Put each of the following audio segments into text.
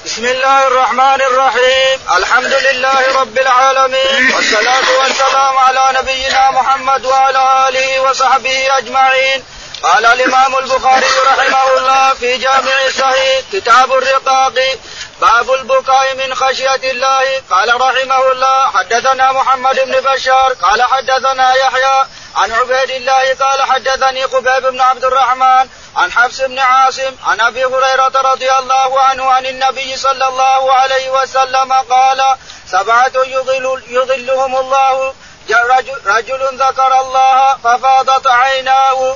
بسم الله الرحمن الرحيم. الحمد لله رب العالمين، والصلاة والسلام على نبينا محمد وعلى آله وصحبه أجمعين. قال الإمام البخاري رحمه الله في جامع الصحيح كتاب الرقاق باب البكاء من خشية الله. قال رحمه الله حدثنا محمد بن بشار قال حدثنا يحيى عن عبيد الله قال حدثني خبيب بن عبد الرحمن عن حفص بن عاصم عن أبي هريرة رضي الله عنه عن النبي صلى الله عليه وسلم قال 7 يظلهم الله رجل ذكر الله ففاضت عيناه.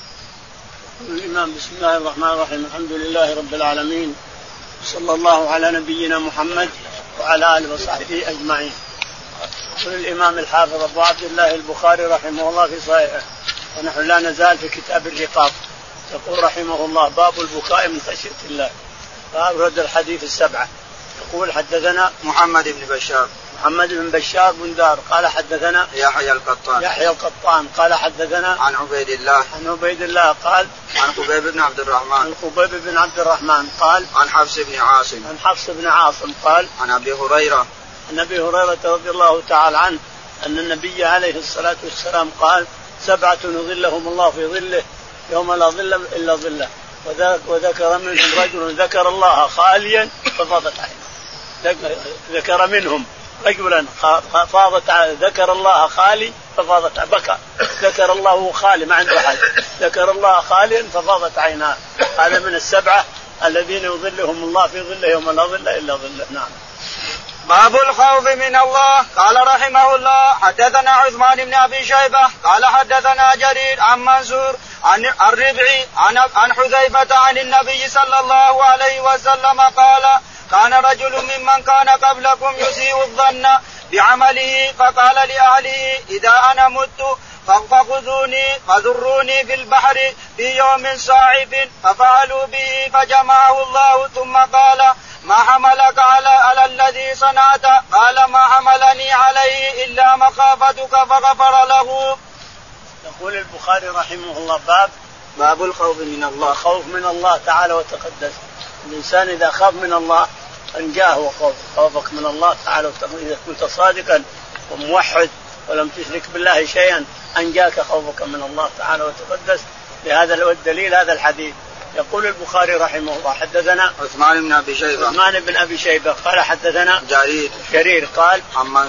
الإمام بسم الله الرحمن الرحيم. الحمد لله رب العالمين، صلى الله على نبينا محمد وعلى آله وصحبه أجمعين. يقول الإمام الحافظ أبو عبد الله البخاري رحمه الله في صحيحه، ونحن لا نزال في كتاب الرقاق. يقول رحمه الله باب البكاء من خشية الله. فأورد الحديث 7. يقول حدثنا محمد بن بشار بن دار قال حدثنا يحيى القطان قال حدثنا عن عبيد الله قال عن خبيب بن عبد الرحمن قال عن حفص بن عاصم قال عن أبي هريرة رضي الله تعالى عنه أن النبي عليه الصلاة والسلام قال 7 يظلهم الله في ظله يوم لا ظل إلا ظله، وذكر منهم رجل ذكر الله خاليا ففاضت عينه. ذكر منهم رجلا ذكر الله خالي ففاضت بكى. ذكر الله خالي ما عنده أحد، ذكر الله خاليا ففاضت عيناه. هذا من 7 الذين يظلهم الله في ظله يوم لا ظل إلا ظله. نعم. باب الخوف من الله. قال رحمه الله حدثنا عثمان بن أبي شيبة قال حدثنا جرير عن منصور عن الربعي عن حذيفة عن النبي صلى الله عليه وسلم قال كان رجل ممن كان قبلكم يسيء الظن بعمله فقال لأهله إذا أنا مت فذروني في البحر في يوم صاعب، ففعلوا به فجمعه الله ثم قال ما حملك على الذي صنعت؟ قال ما حملني عليه إلا مخافتك فغفر له. يقول البخاري رحمه الله باب الخوف من الله. خوف من الله تعالى وتقدس. الإنسان إذا خاف من الله أنجاه خوفك من الله تعالى وتقدس. إذا كنت صادقا وموحد ولم تشرك بالله شيئا أنجاك خوفك من الله تعالى وتقدس. لهذا الدليل هذا الحديث. يقول البخاري رحمه الله حدثنا عثمان بن أبي شيبة قال حدثنا جرير قال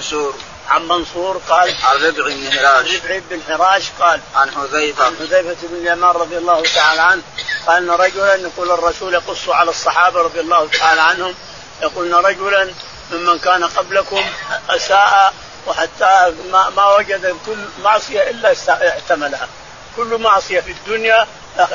عن منصور قال عن ربعي بن حراش قال عن حذيفة بن اليمان رضي الله تعالى عنه قال أن رجلا يقول الرسول يقص على الصحابة رضي الله تعالى عنهم، يقول أن رجلا ممن كان قبلكم أساء وحتى ما وجد كل معصية إلا احتملها، كل معصية في الدنيا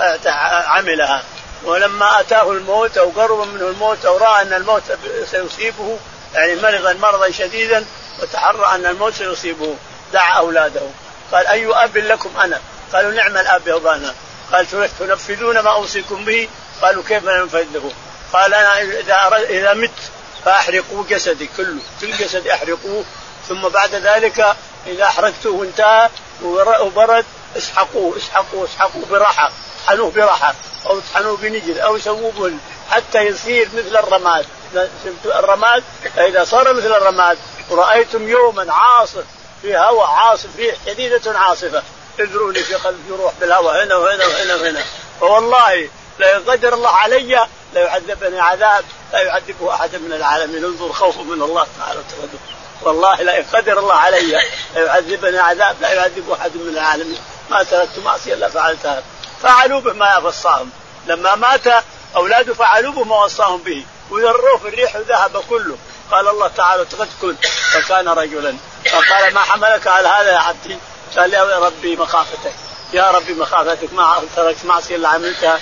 عملها، ولما أتاه الموت أو قرب منه الموت أو رأى أن الموت سيصيبه يعني مرضا شديدا وتحرى أن الموت سيصيبه دعا أولاده قال أي أب لكم أنا؟ قالوا نعم الأب يا أبانا. قال تنفذون ما أوصيكم به؟ قالوا كيف ننفذه؟ قال أنا إذا مت فأحرقوا جسدي كل جسد أحرقوه، ثم بعد ذلك إذا أحرقته وانتهى وبرد اسحقوه براحة، طحنوه براحة أو طحنوه بنجل أو سووه حتى يصير مثل الرماد. الرماد إذا صار مثل الرماد ورأيتم يوما عاصف في هواء عاصف ريح شديدة عاصفة اذروني في قلب يروح بالهواء هنا وهنا وهنا وهنا، فوالله لا يقدر الله علي لا يعذبني عذاب لا يعذبه أحد من العالمين. انظر خوف من الله تعالى وتقدم. والله لا يقدر الله علي لا يعذبني عذاب لا يعذبه أحد من العالمين. ما تركت معصية إلا فعلتها. فعلوا بما وصاهم لما مات أولاده، فعلوا بما وصاهم به وذروه في الريح وذهب كله. قال الله تعالى تقد فكان رجلا فقال ما حملك على هذا يا عبدي؟ قال يا ربي مخافتك ما تركت معصية إلا عملتها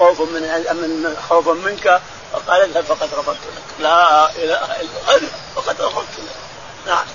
خوفا منك. فقال اذهب فقد غفرت لك. لا إله إلا أنت فقد غفرت لك. نعم.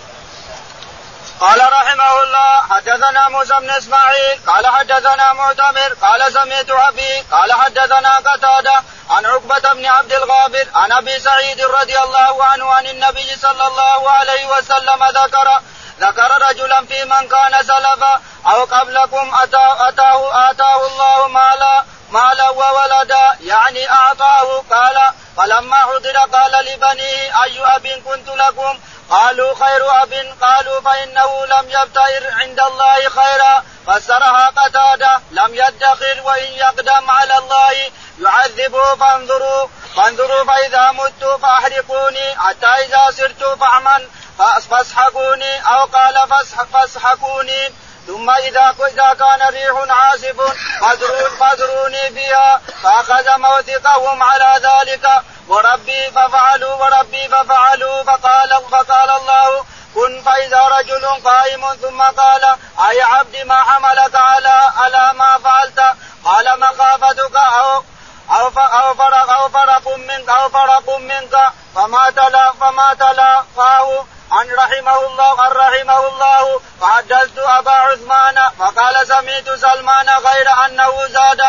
قال رحمه الله حدثنا موسى بن إسماعيل قال حدثنا معتمر قال سمعت أبي قال حدثنا قتادة عن عقبة بن عبد الغابر عن أبي سعيد رضي الله عنه عن النبي صلى الله عليه وسلم ذكر رجلا في من كان سلفا أو قبلكم أتاه الله مالا وولدا يعني أعطاه. قال فلما حضر قال لبنيه أي أب كنت لكم؟ قالوا خير أب. قالوا فإنه لم يبتئر عند الله خيرا. فسرها قتادة لم يدخر وإن يقدم على الله يعذبه فانظروا فإذا مت فأحرقوني حتى إذا سرت فعما فاسحقوني أو قال فاسحقوني ثم إذا كان ريح عاصف فاذروني فيها. فأخذ موثقهم على ذلك وربي ففعلوا فقال الله كن فإذا رجل قائم ثم قال أي عبد ما حملك على ما فعلت؟ قال مخافتك أو فرق منك فما تلا فهو أن رحمه الله. فحدثت أبا عثمان فقال سمعت سلمان غير أنه زاد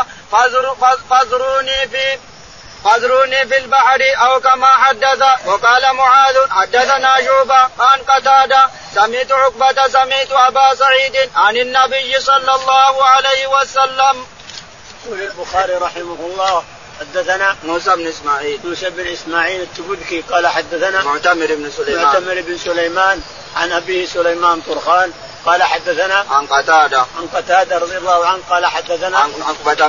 فاذروني في البحر أو كما حدث. وقال معاذ حدثنا شعبة عن قتادة سمعت عقبة سمعت أبا سعيد عن النبي صلى الله عليه وسلم. يقول البخاري رحمه الله حدثنا موسى بن إسماعيل التبذكي قال حدثنا معتمر بن سليمان عن أبيه سليمان طرخان قال حدثنا عن قتادة رضي الله عنه قال حدثنا عن عقبة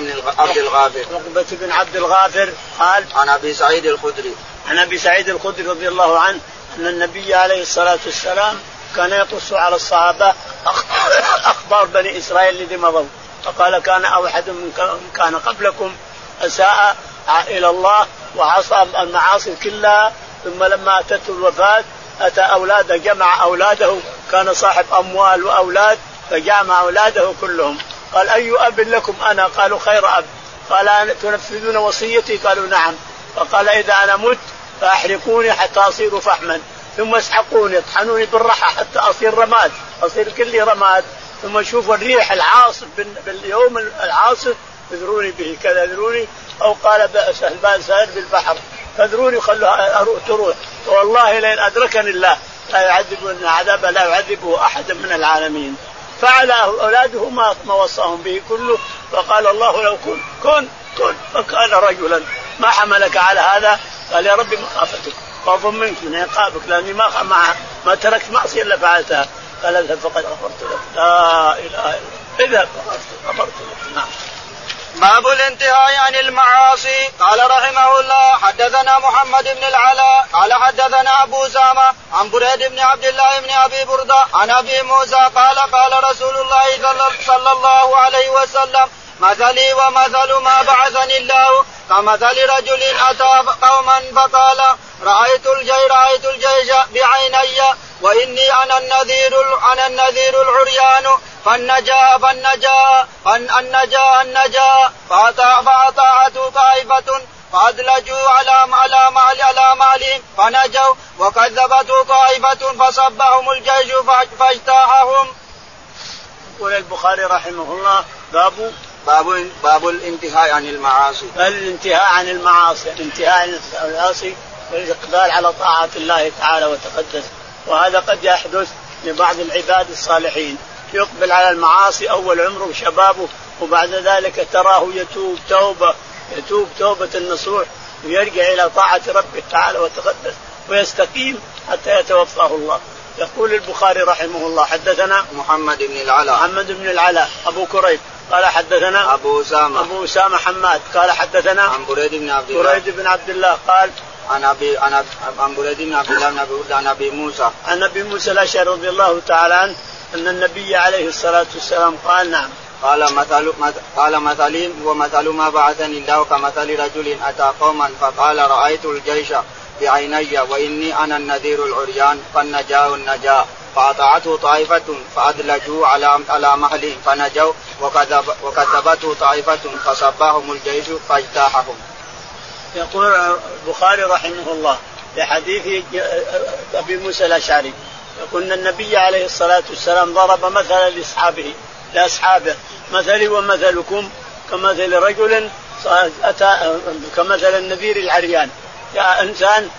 بن عبد الغافر قال عن أبي سعيد الخدري رضي الله عنه أن النبي عليه الصلاة والسلام كان يقص على الصحابة أخبار بني إسرائيل الذين مضوا فقال كان أحد من كان قبلكم أساء إلى الله وعصى المعاصي كلها ثم لما أتته الوفاة أتى أولاده جمع أولاده كان صاحب أموال وأولاد فجمع أولاده كلهم قال أي أب لكم أنا؟ قالوا خير أب. قال تنفذون وصيتي؟ قالوا نعم. فقال إذا أنا مت فأحرقوني حتى أصير فحما ثم اسحقوني اطحنوني بالرحى حتى أصير كلي رماد ثم شوفوا الريح العاصف باليوم العاصف اذروني به كذا اذروني أو قال سائر بالبحر فاذروني خلوها تروح والله لئن أدركني الله لا يعذبون عذابا لا يعذبه أحد من العالمين. فعل أولاده ما وصاهم به كله فقال الله لو كن فكان رجلا ما حملك على هذا؟ قال يا ربي مخافتك خوف منك من عقابك لأني ما تركت معصية إلا فعلتها. قال اذهب فقد غفرت لك لا إله إلا اذهب غفرت لك. نعم. باب الانتهاء عن المعاصي. قال رحمه الله حدثنا محمد بن العلاء قال حدثنا أبو سامة عن بريد بن عبد الله بن أبي بردة عن أبي موسى قال رسول الله صلى الله عليه وسلم مثلي ومثل ما بعثني الله كمثل رجل أتى قوما فقال رأيت الجيش بعيني وإني أنا النذير العريان فالنجا فأطاعته طائفة فأدلجوا على مالهم فنجوا وكذبته طائفة فصبهم الجيش فاجتاحهم. يقول البخاري رحمه الله باب الانتهاء عن المعاصي. الانتهاء عن المعاصي والإقبال على طاعة الله تعالى وتقدس. وهذا قد يحدث لبعض العباد الصالحين يقبل على المعاصي أول عمره وشبابه وبعد ذلك تراه يتوب توبة النصوح ويرجع إلى طاعة ربه تعالى وتقدس ويستقيم حتى يتوفاه الله. يقول البخاري رحمه الله حدثنا محمد بن العلاء أبو كريب قال حدثنا أبو أسامة حماد قال حدثنا عن بريد بن عبد الله قال عن بريد بن عبد الله عن أبي موسى الأشعري رضي الله تعالى عنه أن النبي عليه الصلاة والسلام قال نعم قال مثلي ومثل ما بعثني الله كمثل رجل أتى قوما فقال رأيت الجيش بعيني وإني أنا النذير العريان فالنجا فأطاعته طائفة فأدلجوا على مهلهم فنجوا وكذبته طائفة فصبهم الجيش فاجتاحهم. يقول البخاري رحمه الله لحديث أبي موسى الأشعري يقول النبي عليه الصلاة والسلام ضرب مثلا لأصحابه مثلي ومثلكم كمثل رجل أتى كمثل النذير العريان. يا إنسان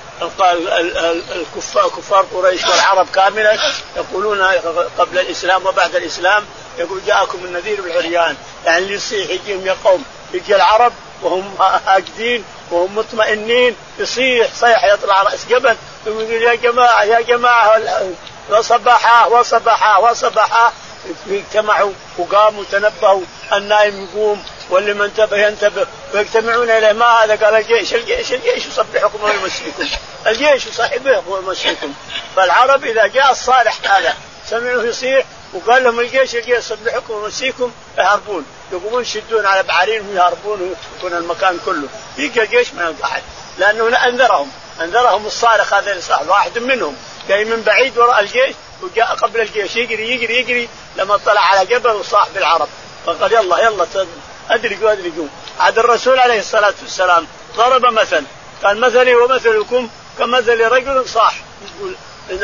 كفار قريش والعرب كاملة يقولون قبل الإسلام وبعد الإسلام يقول جاءكم النذير العريان يعني اللي يصيح يجيهم يا قوم يجي العرب وهم هاجدين وهم مطمئنين يصيح صيح يطلع رأس جبل يقول يا جماعة يا جماعة وصباحا وصباحا وصباحا اجتمعوا وقاموا تنبهوا النائم يقوم واللي ما انتبه ينتبه ويجتمعون إليه. ما هذا؟ قال الجيش يصبحكم ويمسيكم، الجيش صاحبه ويمسيكم. فالعرب إذا جاء الصالح هذا سمعوه يصيح وقال لهم الجيش يصبحكم ويمسيكم يهربون، يقومون يشدون على بعارين ويهربون ويكون المكان كله يجي الجيش ما يلقى أحد، لأنه أنذرهم الصارخ هذا الصاحب. واحد منهم جاي من بعيد وراء الجيش وجاء قبل الجيش يجري لما طلع على جبل وصاح بالعرب فقال يلا أدركوا. عاد الرسول عليه الصلاة والسلام ضرب مثل قال مثلي ومثلكم كمثل رجل صاح، يقول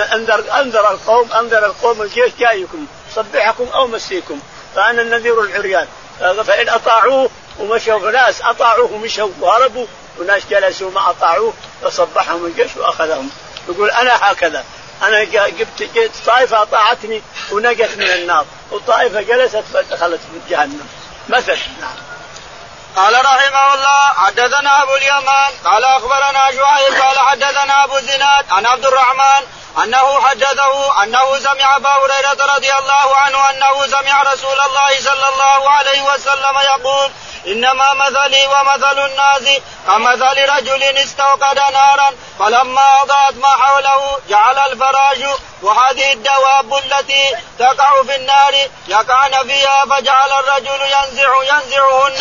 أنذر القوم الجيش جايكم صبحكم أو مسيكم، فأنا النذير العريان. فإن أطاعوه ومشوا فناس أطاعوه ومشوا وهربوا وناس جلسوا ما أطاعوه فصبحهم الجيش وأخذهم. يقول أنا هكذا، أنا جئت طائفة أطاعتني ونجت من النار وطائفة جلست فدخلت في جهنم مثل. قال رحمه الله حدثنا أبو اليمان قال أخبرنا شعيب قال حدثنا أبو الزناد عن عبد الرحمن أنه حدثه أنه سمع أبا هريرة رضي الله عنه أنه سمع رسول الله صلى الله عليه وسلم يقول إنما مثلي ومثل الناس كمثل رجل استوقد نارا فلما أضاءت ما حوله جعل الفراش وهذه الدواب التي تقع في النار يقعن فيها فجعل الرجل ينزعهن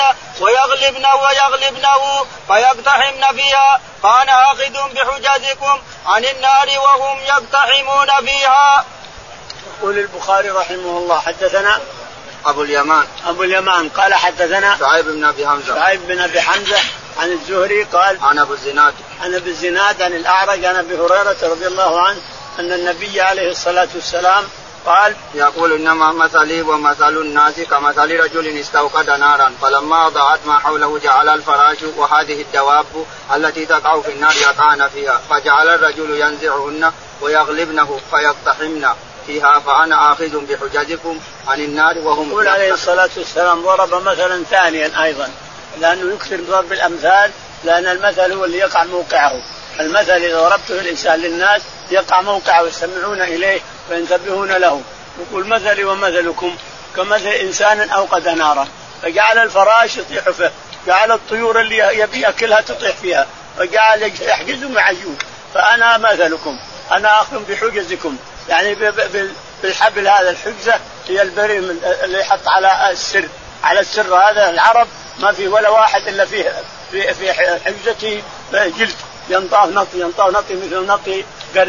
ويغلبنه فيقتحمن فيها فأنا آخذ بحجزكم عن النار وهم يقتحمون فيها. يقول البخاري رحمه الله حدثنا أبو اليمان قال حدثنا شعيب بن أبي حمزة عن الزهري قال عن أبو الزناد عن الأعرج عن أبي هريرة رضي الله عنه أن النبي عليه الصلاة والسلام قال يقول إنما مثلي ومثل الناس كمثل رجل استوقد نارا فلما أضاءت ما حوله جعل الفراش وهذه الدواب التي تقع في النار يقعن فيها فجعل الرجل ينزعهن ويغلبنه فيقتحمن فيها فأنا آخذ بحجزكم عن النار وهم. يقول عليه الصلاة والسلام ضرب مثلا ثانيا أيضا لأنه يكثر ضرب الأمثال لأن المثل هو اللي يقع موقعه. المثل إذا ضربته الإنسان للناس يقع موقعه ويستمعون إليه وينتبهون له. يقول مثلي ومثلكم كمثل إنسان أوقد نارا فجعل الفراش يطيح فيه، جعل الطيور اللي يبي يأكلها تطيح فيها، فجعل يحجزهم معجون. فأنا مثلكم أنا أخذ بحجزكم، يعني بالحبل هذا الحجزة هي البريم اللي يحط على السر هذا. العرب ما في ولا واحد إلا في حجزته جلد ينطاه نطي مثل نطي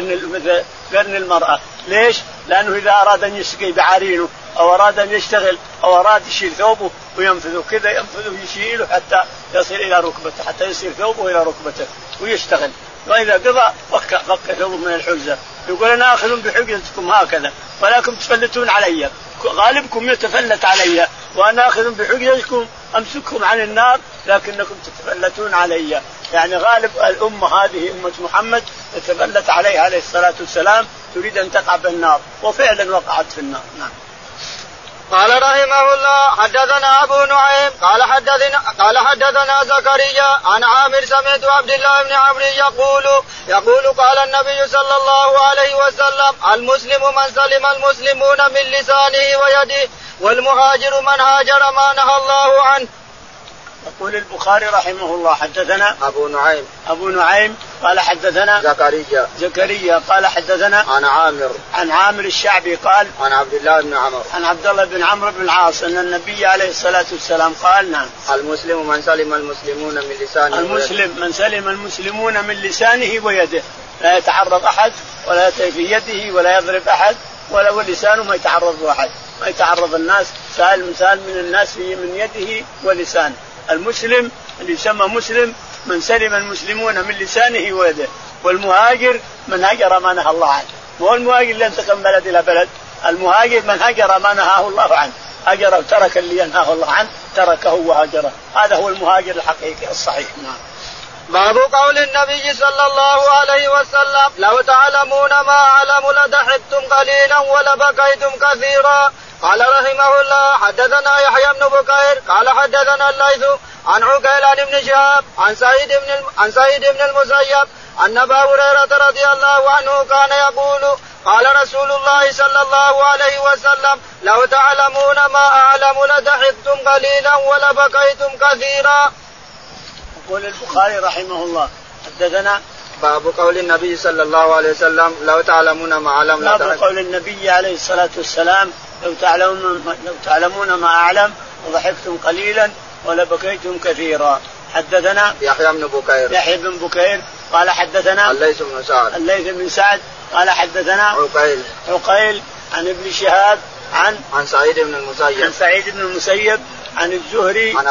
قرن المرأة. ليش؟ لأنه إذا أراد أن يسقي بعارينه أو أراد أن يشتغل أو أراد يشيل ثوبه وينفذه كذا ينفذه يشيله حتى يصل إلى ركبته، حتى يصير ثوبه إلى ركبته ويشتغل. وإذا قضى فك ثوبه من الحجزة. يقول أنا آخذ بحجزكم هكذا ولكم تفلتون علي، غالبكم يتفلت علي وأنا آخذ بحجزكم أمسككم عن النار لكنكم تتفلتون علي. يعني غالب الأمة هذه أمة محمد تتفلت عليه عليه الصلاة والسلام، تريد أن تقع بالنار وفعلا وقعت في النار. نعم. قال رحمه الله حدثنا أبو نعيم قال حدثنا زكريا عن عامر سمعت عبد الله بن عمرو يقول قال النبي صلى الله عليه وسلم المسلم من سلم المسلمون من لسانه ويده والمهاجر من هاجر ما نهى الله عنه. يقول البخاري رحمه الله حدثنا أبو نعيم قال حدثنا زكريا قال حدثنا عن عامر الشعبي قال عن عبد الله بن عمرو بن العاص أن النبي عليه الصلاة والسلام قال نعم المسلم من سلم المسلمون من لسانه ويده لا يتعرض أحد ولا في يده ولا يضرب أحد ولا ولسانه ما يتعرض أحد، ما يتعرض الناس سالم من الناس من يده ولسانه. المسلم اللي يسمى مسلم من سلم المسلمون من لسانه ويده، والمهاجر من هجر ما نهى الله عنه. مو المهاجر اللي ينتقل من بلد إلى بلد، المهاجر من هجر ما نهاه الله عنه، هجر وترك اللي ينهاه الله عنه تركه وهاجره، هذا هو المهاجر الحقيقي الصحيح. نعم. باب قول النبي صلى الله عليه وسلم لو تعلمون ما أعلم لضحكتم قليلا ولبكيتم كثيرا. قال رحمه الله حدثنا يحيى بن بكير قال حدثنا الليث عن عقيل عن ابن شهاب عن سعيد بن المسيب أن أبا هريرة رضي الله عنه كان يقول قال رسول الله صلى الله عليه وسلم لو تعلمون ما أعلم لضحكتم قليلا ولبكيتم كثيرا. يقول البخاري رحمه الله حدثنا باب قول النبي صلى الله عليه وسلم لو تعلمون ما أعلم باب قول النبي عليه الصلاة والسلام لو تعلمون ما أعلم وضحكتم قليلا ولبكيتم كثيرا. حدثنا يحيى بن بكير قال حدثنا الليث بن سعد قال حدثنا عقيل عن ابن شهاب عن سعيد بن المسيب عن الزهري عن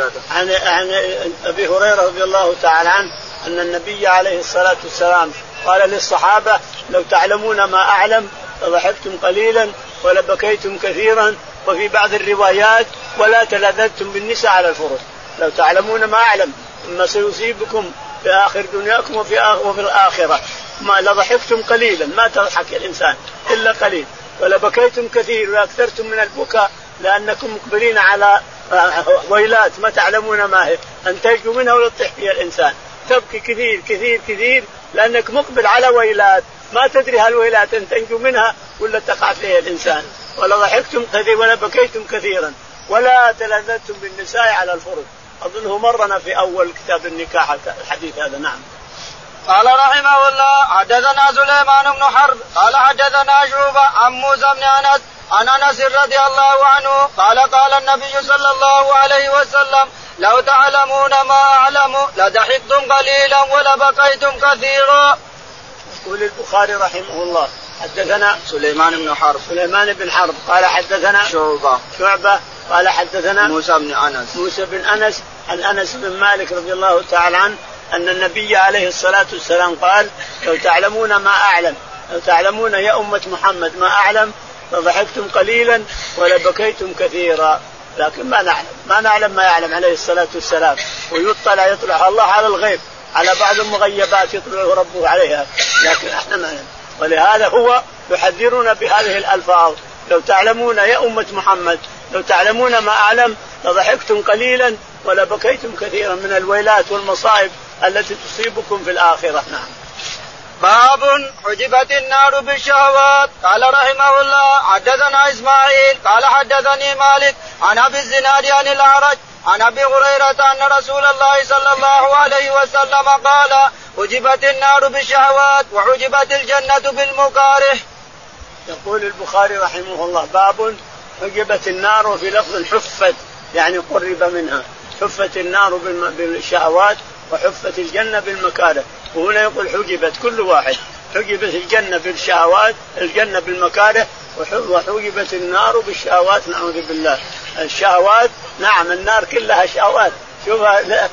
أبي هريرة رضي الله تعالى عنه أن النبي عليه الصلاة والسلام قال للصحابة لو تعلمون ما أعلم لضحكتم قليلا ولبكيتم كثيرا، وفي بعض الروايات ولا تلذذتم بالنساء على الفرش. لو تعلمون ما أعلم ما سيصيبكم في آخر دنياكم وفي الآخرة ما لضحكتم قليلا، ما تضحك الإنسان إلا قليل، ولبكيتم كثير وأكثرتم من البكاء لأنكم مقبلين على ويلات ما تعلمون ما هي أن تنجو منها ولا تطيح فيها الإنسان، تبكي كثير كثير كثير لأنك مقبل على ويلات ما تدري هالويلات أن تنجو منها ولا تقع فيها الإنسان. ولضحكتم كثير ولبكيتم كثيرا ولا تلذذتم بالنساء على الفرج. أظنه مرنا في أول كتاب النكاح الحديث هذا. نعم. قال رحمه الله حدثنا سليمان بن حرب قال حدثنا شعبة عن موسى بن أنس عن أنس رضي الله عنه قال قال النبي صلى الله عليه وسلم لو تعلمون ما أعلم لضحكتم قليلا ولبكيتم كثيرا. يقول البخاري رحمه الله حدثنا سليمان بن حرب قال حدثنا شعبة قال حدثنا موسى بن أنس عن أنس بن مالك رضي الله تعالى عنه أن النبي عليه الصلاة والسلام قال لو تعلمون ما أعلم، لو تعلمون يا أمة محمد ما أعلم لضحكتم قليلا ولبكيتم كثيرا. لكن ما نعلم ما يعلم عليه الصلاة والسلام، ويطلع الله على الغيب على بعض المغيبات يطلع ربه عليها، لكن احنا ما نعلم. ولهذا هو يحذرنا بهذه الألفاظ لو تعلمون يا أمة محمد لو تعلمون ما أعلم لضحكتم قليلا ولبكيتم كثيرا من الويلات والمصائب التي تصيبكم في الآخرة. نعم. باب حجبت النار بالشهوات. قال رحمه الله حدثنا إسماعيل قال حدثني مالك عن أبي الزناد عن الأعرج عن أبي هريرة أن رسول الله صلى الله عليه وسلم قال حجبت النار بالشهوات وحجبت الجنة بالمكاره. يقول البخاري رحمه الله باب حجبت النار، وفي لفظ حفت يعني قرب منها، حفت النار بالشهوات وحفت الجنة بالمكاره. وهنا يقول حجبت كل واحد، حجبت الجنة بالشهوات الجنة بالمكاره، وحجبت النار بالشهوات نعوذ بالله. الشهوات نعم النار كلها شهوات، شوفها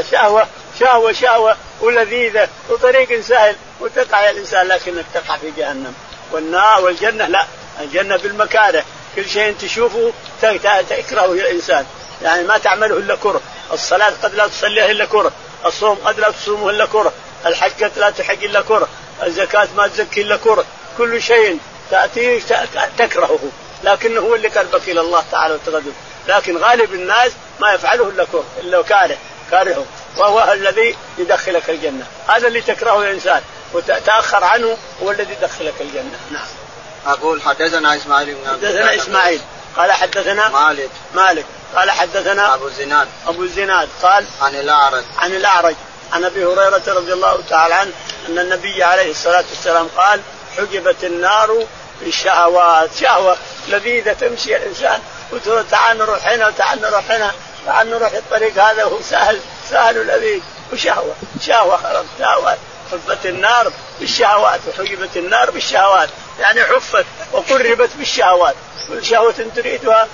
شهوة ولذيذة وطريق سهل وتقع الإنسان لكنك تقع في جهنم. والنار والجنة لا، الجنة بالمكاره، كل شيء تشوفه تكرهه الإنسان، يعني ما تعمله إلا كره، الصلاة قد لا تصليها إلا كره، الصوم قد لا تصومه إلا كره، الحج قد لا تحج إلا كره، الزكاة ما تزكي إلا كره، كل شيء تأتيه تكرهه، لكنه هو اللي قلبك إلى الله تعالى وتقدم. لكن غالب الناس ما يفعله إلا كره إلا كارهه، وهو الذي يدخلك الجنة. هذا اللي تكرهه الإنسان وتأخر عنه هو الذي يدخلك الجنة. نعم. أقول حدثنا إسماعيل قال حدثنا مالك قال حدثنا أبو الزناد قال عن الأعرج عن أبي هريرة رضي الله تعالى عنه أن النبي عليه الصلاة والسلام قال حجبت النار بالشهوات. شهوة لذيذة تمشي الإنسان وتقول تعال نروح هنا وتعال نروح هنا، تعال نروح الطريق هذا هو سهل ولذيذ، وشهوة خلاص شهوات. حفت النار بالشهوات وحجبت النار بالشهوات، يعني حفت وقربت بالشهوات، كل شهوة تريدها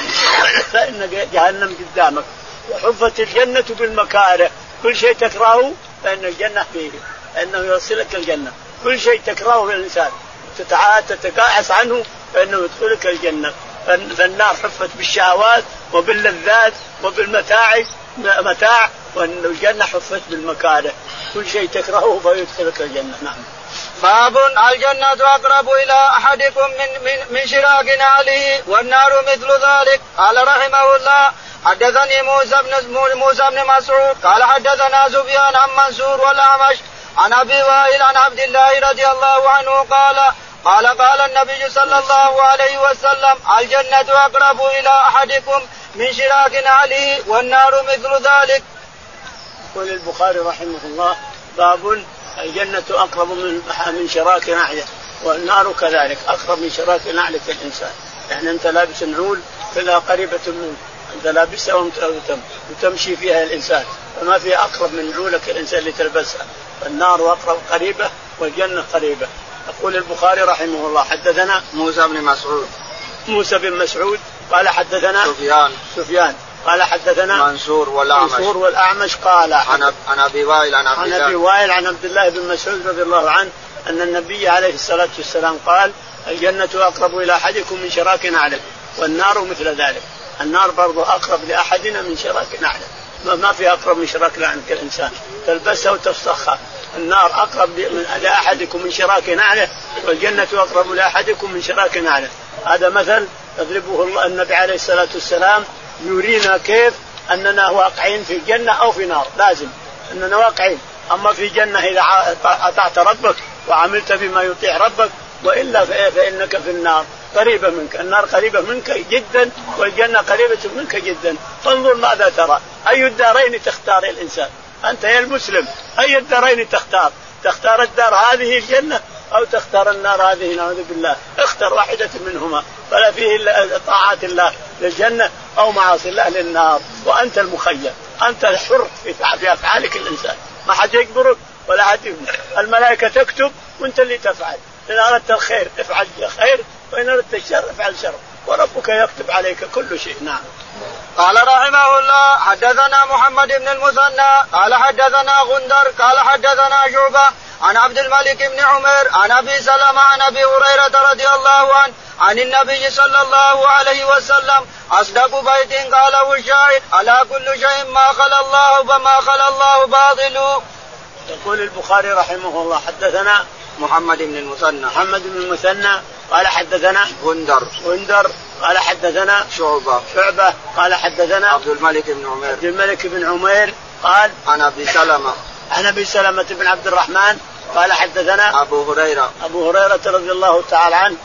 فإن جهنم قدامك. وحفت الجنة بالمكاره، كل شيء تكرهه فإن الجنة فيه، فإنه يوصلك الجنة. كل شيء تكرهه الإنسان تتكاعس عنه فإنه يدخلك الجنة. فالنار حفت بالشهوات وباللذات وبالمتاع، وأن الجنة حفت بالمكاره، كل شيء تكرهه فيدخلك الجنة. نعم. باب الجنة أقرب إلى أحدكم من شراك نعله والنار مثل ذلك. قال رحمه الله حدثني موسى بن مسعود قال حدثنا سفيان عن منصور والأعمش عن أبي وائل عن عبد الله رضي الله عنه قال النبي صلى الله عليه وسلم الجنة أقرب إلى أحدكم من شراك نعله والنار مثل ذلك. يقول البخاري رحمه الله باب الجنة أقرب من شراك نعله والنار كذلك أقرب من شراك نعلة الإنسان. يعني أنت لابس نعول كلها قريبة منه، أنت لابسها وتمشي فيها الإنسان، فما في أقرب من نعولك الإنسان اللي تلبسها. النار أقرب قريبة والجنة قريبة. يقول البخاري رحمه الله حدثنا موسى بن مسعود قال حدثنا سفيان قال حدثنا منصور والأعمش قال عن أبي وائل عن عبد الله بن مسعود رضي الله عنه أن النبي عليه الصلاة والسلام قال الجنة أقرب إلى أحدكم من شراك نعله والنار مثل ذلك. النار برضو أقرب لأحدنا من شراك نعله، ما في أقرب من شراك نعله الإنسان تلبسها وتفسخها. النار أقرب لأحدكم من شراك نعله والجنة أقرب لأحدكم من شراك نعله. هذا مثل يضربه الله النبي عليه الصلاة والسلام يرينا كيف أننا واقعين في الجنة أو في نار. لازم أننا واقعين، أما في جنة إذا أطعت ربك وعملت بما يطيع ربك، وإلا فإنك في النار قريبة منك. النار قريبة منك جدا والجنة قريبة منك جدا. فانظر ماذا ترى، أي الدارين تختار الإنسان؟ أنت يا المسلم أي الدارين تختار الدار هذه الجنة أو تختار النار هذه؟ نعوذ بالله، اختر واحدة منهما، فلا فيه إلا طاعات الله للجنة أو معاصي الله للنار. وأنت المخير، أنت الحر في أفعالك الإنسان، ما حد يجبرك ولا حد يمنعك. الملائكة تكتب وأنت اللي تفعل. إن أردت الخير افعل خير وإن أردت الشر افعل شر، وربك يكتب عليك كل شيء. نعم. قال رحمه الله حدثنا محمد بن المثنى قال حدثنا غندر قال حدثنا شعبة عن عبد الملك بن عمر عن أبي سلمة عن أبي هريرة رضي الله عنه عن النبي صلى الله عليه وسلم أصدق بيت قاله الشاعر ألا كل شيء ما خلا الله فما خلا الله باطل. يقول البخاري رحمه الله حدثنا محمد بن المثنى قال حدثنا غندر قال حدثنا شعبة قال حدثنا عبد الملك بن عمير قال عن أبي سلمة بن عبد الرحمن قال حدثنا أبو هريرة رضي الله تعالى عنه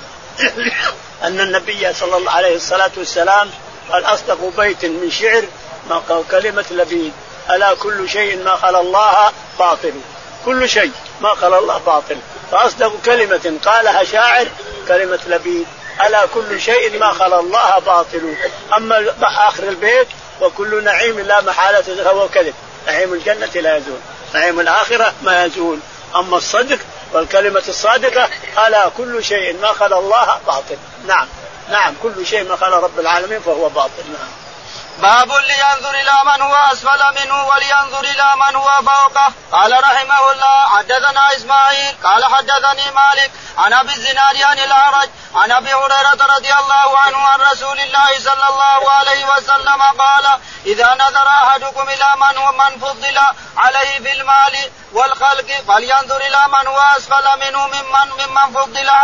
أن النبي صلى الله عليه الصلاة والسلام قال أصدق بيت من شعر ما قال كلمة لبيد ألا كل شيء ما خلا الله باطل. كل شيء ما خلا الله باطل. فأصدق كلمة قالها شاعر كلمة لبيد ألا كل شيء ما خلا الله باطل. أما آخر البيت وكل نعيم لا محالة هو كذب. نعيم الجنة لا يزول، نعيم الآخرة ما يزول. أما الصدق والكلمة الصادقة ألا كل شيء ما خلا الله باطل. نعم كل شيء ما خلا رب العالمين فهو باطل. نعم. باب لينظر إلى من هو أسفل منه ولينظر إلى من هو فوقه. قال رحمه الله حدثنا إسماعيل قال حدثني مالك عن أبي الزناد عن الأعرج عن أبي هريرة رضي الله عنه عن رسول الله صلى الله عليه وسلم قال إذا نظر أحدكم إلى من فضل عليه في المال والخلق فلينظر إلى من هو أسفل منه ممن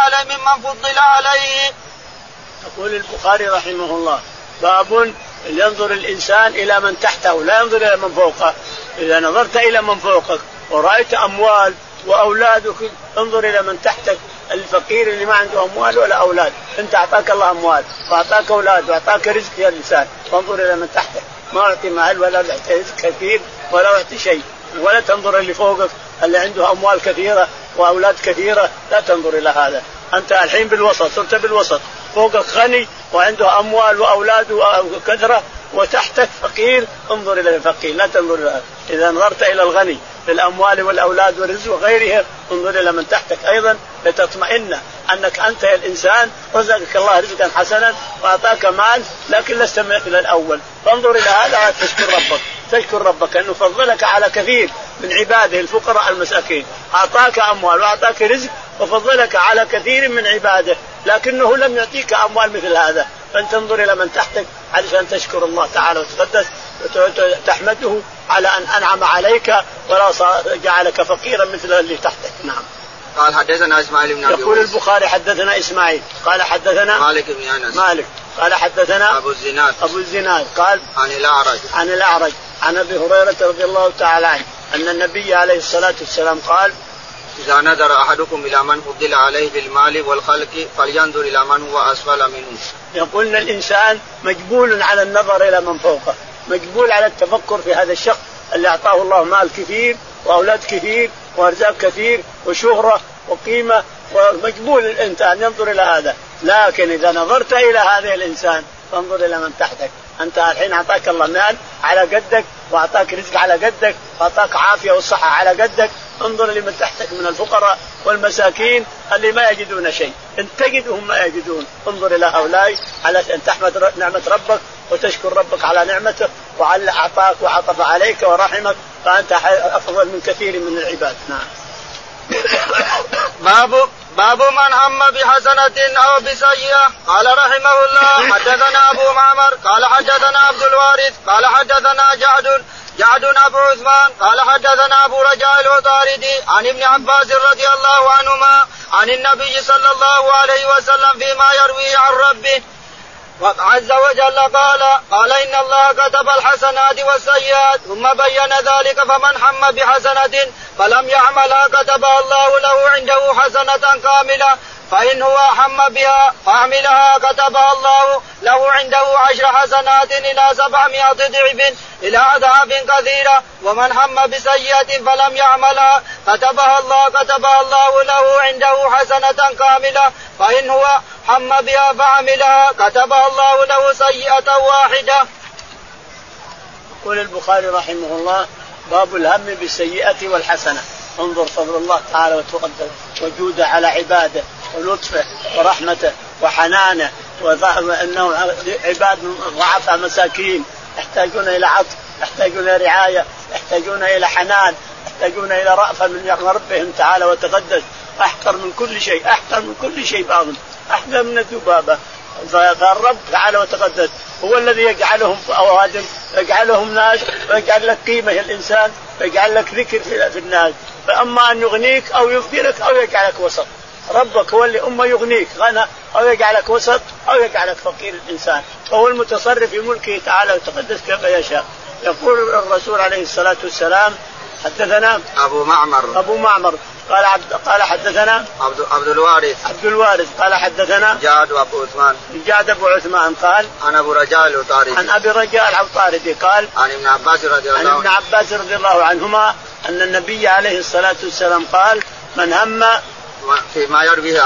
فضل عليه. يقول البخاري رحمه الله باب ينظر الإنسان إلى من تحته لا ينظر إلى من فوقه. إذا نظرت إلى من فوقك ورأيت أموال وأولادك انظر إلى من تحتك الفقير اللي ما عنده أموال ولا أولاد. أنت أعطاك الله أموال وأعطاك أولاد وأعطاك رزق يا الإنسان، فانظر إلى من تحتك. ما أعطي مال ولا أعطي رزق كثير ولا أعطي شيء، ولا تنظر اللي فوقك اللي عنده أموال كثيرة وأولاد كثيرة، لا تنظر إلى هذا. أنت الحين بالوسط، صرت بالوسط، فوقك غني وعنده أموال وأولاد وكثرة وتحتك فقير، انظر إلى الفقير لا تنظر إلى هذا. إذا نظرت إلى الغني بالأموال والأولاد والرزق وغيرها انظر إلى من تحتك أيضا لتطمئن أنك أنت يا الإنسان رزقك الله رزقا حسنا وأعطاك مال لكن لست مثل الأول. فانظر إلى هذا تشكر ربك أنه فضلك على كثير من عباده الفقراء المساكين، أعطاك أموال وأعطاك رزق وفضلك على كثير من عباده، لكنه لم يعطيك أموال مثل هذا. فأنت تنظر إلى من تحتك علشان تشكر الله تعالى وتقدس وتحمده على أن أنعم عليك ولا جعلك فقيرا مثل اللي تحتك. نعم. قال حدثنا إسماعيل بن أبي يقول البخاري حدثنا إسماعيل قال حدثنا مالك بن أنس مالك قال حدثنا أبو الزناد قال عن الأعرج عن أبي هريرة رضي الله تعالى عنه أن النبي عليه الصلاة والسلام قال إذا نظر أحدكم إلى من فضل عليه بالمال والخلق فلينظر إلى من هو أسفل منه. يقول إن الإنسان مجبول على النظر إلى من فوقه، مجبول على التفكر في هذا الشخص اللي أعطاه الله مال كثير وأولاد كثير وأرزاق كثير وشهرة وقيمة، ومجبول الإنسان ينظر إلى هذا. لكن إذا نظرت إلى هذا الإنسان فانظر إلى من تحتك. أنت الحين أعطاك الله مال على قدك وأعطاك رزق على قدك وأعطاك عافية والصحة على قدك، انظر لمن تحتك من الفقراء والمساكين اللي ما يجدون شيء، إن تجدهم ما يجدون. انظر إلى هؤلاء على أن تحمد نعمة ربك وتشكر ربك على نعمته وعلى أعطاك وعطف عليك ورحمك، فأنت أفضل من كثير من العباد. نعم. باب من هم بحسنة أو بسيئة. قال رحمه الله حدثنا أبو معمر قال حدثنا عبد الوارث قال حدثنا جعد أبو عثمان قال حدثنا أبو رجاء العطاردي عن ابن عباس رضي الله عنهما عن النبي صلى الله عليه وسلم فيما يرويه عن ربه عز وجل قال إن الله كتب الحسنات والسيئات ثم بين ذلك فمن هم بحسنة فلم يعملها كتبها الله له عنده حسنة كاملة فإن هو هم بها فعملها كتبها الله له عنده 10 حسنات إلى 700 ضعف إلى أضعاف كثيرة. ومن هم بسيئة فلم يعملها كتبها الله له عنده حسنة كاملة فإن هو هم بها فعملها كتبها الله له سيئة واحدة. يقول البخاري رحمه الله باب الهم بالسيئة والحسنة. انظر فضل الله تعالى وتقدم وجوده على عباده ولطفه ورحمته وحنانه، وأنه عباد ضعفاء مساكين يحتاجون إلى عطف، يحتاجون إلى رعاية، يحتاجون إلى حنان، يحتاجون إلى رأفة من ربهم تعالى وتقدس. أحقر من كل شيء باطل، أحقر من الذبابة. فالرب تعالى وتقدس هو الذي يجعلهم أوادم، يجعلهم ناس، ويجعل لك قيمة الإنسان، ويجعل لك ذكر في الناس. فأما أن يغنيك أو يفقرك أو يجعلك وسط. ربك هو اللي أما يغنيك غنى أو يجعلك وسط أو يجعلك فقير الإنسان، فهو المتصرف في ملكه تعالى وتقدس كيف يشاء. يقول الرسول عليه الصلاة والسلام حدثنا أبو معمر قال حدثنا عبد الوارث قال حدثنا جعد أبو عثمان قال عن أبي رجاء العطاردي قال عن ابن عباس رضي الله عنهما أن النبي عليه الصلاة والسلام قال من هم فيما يرويه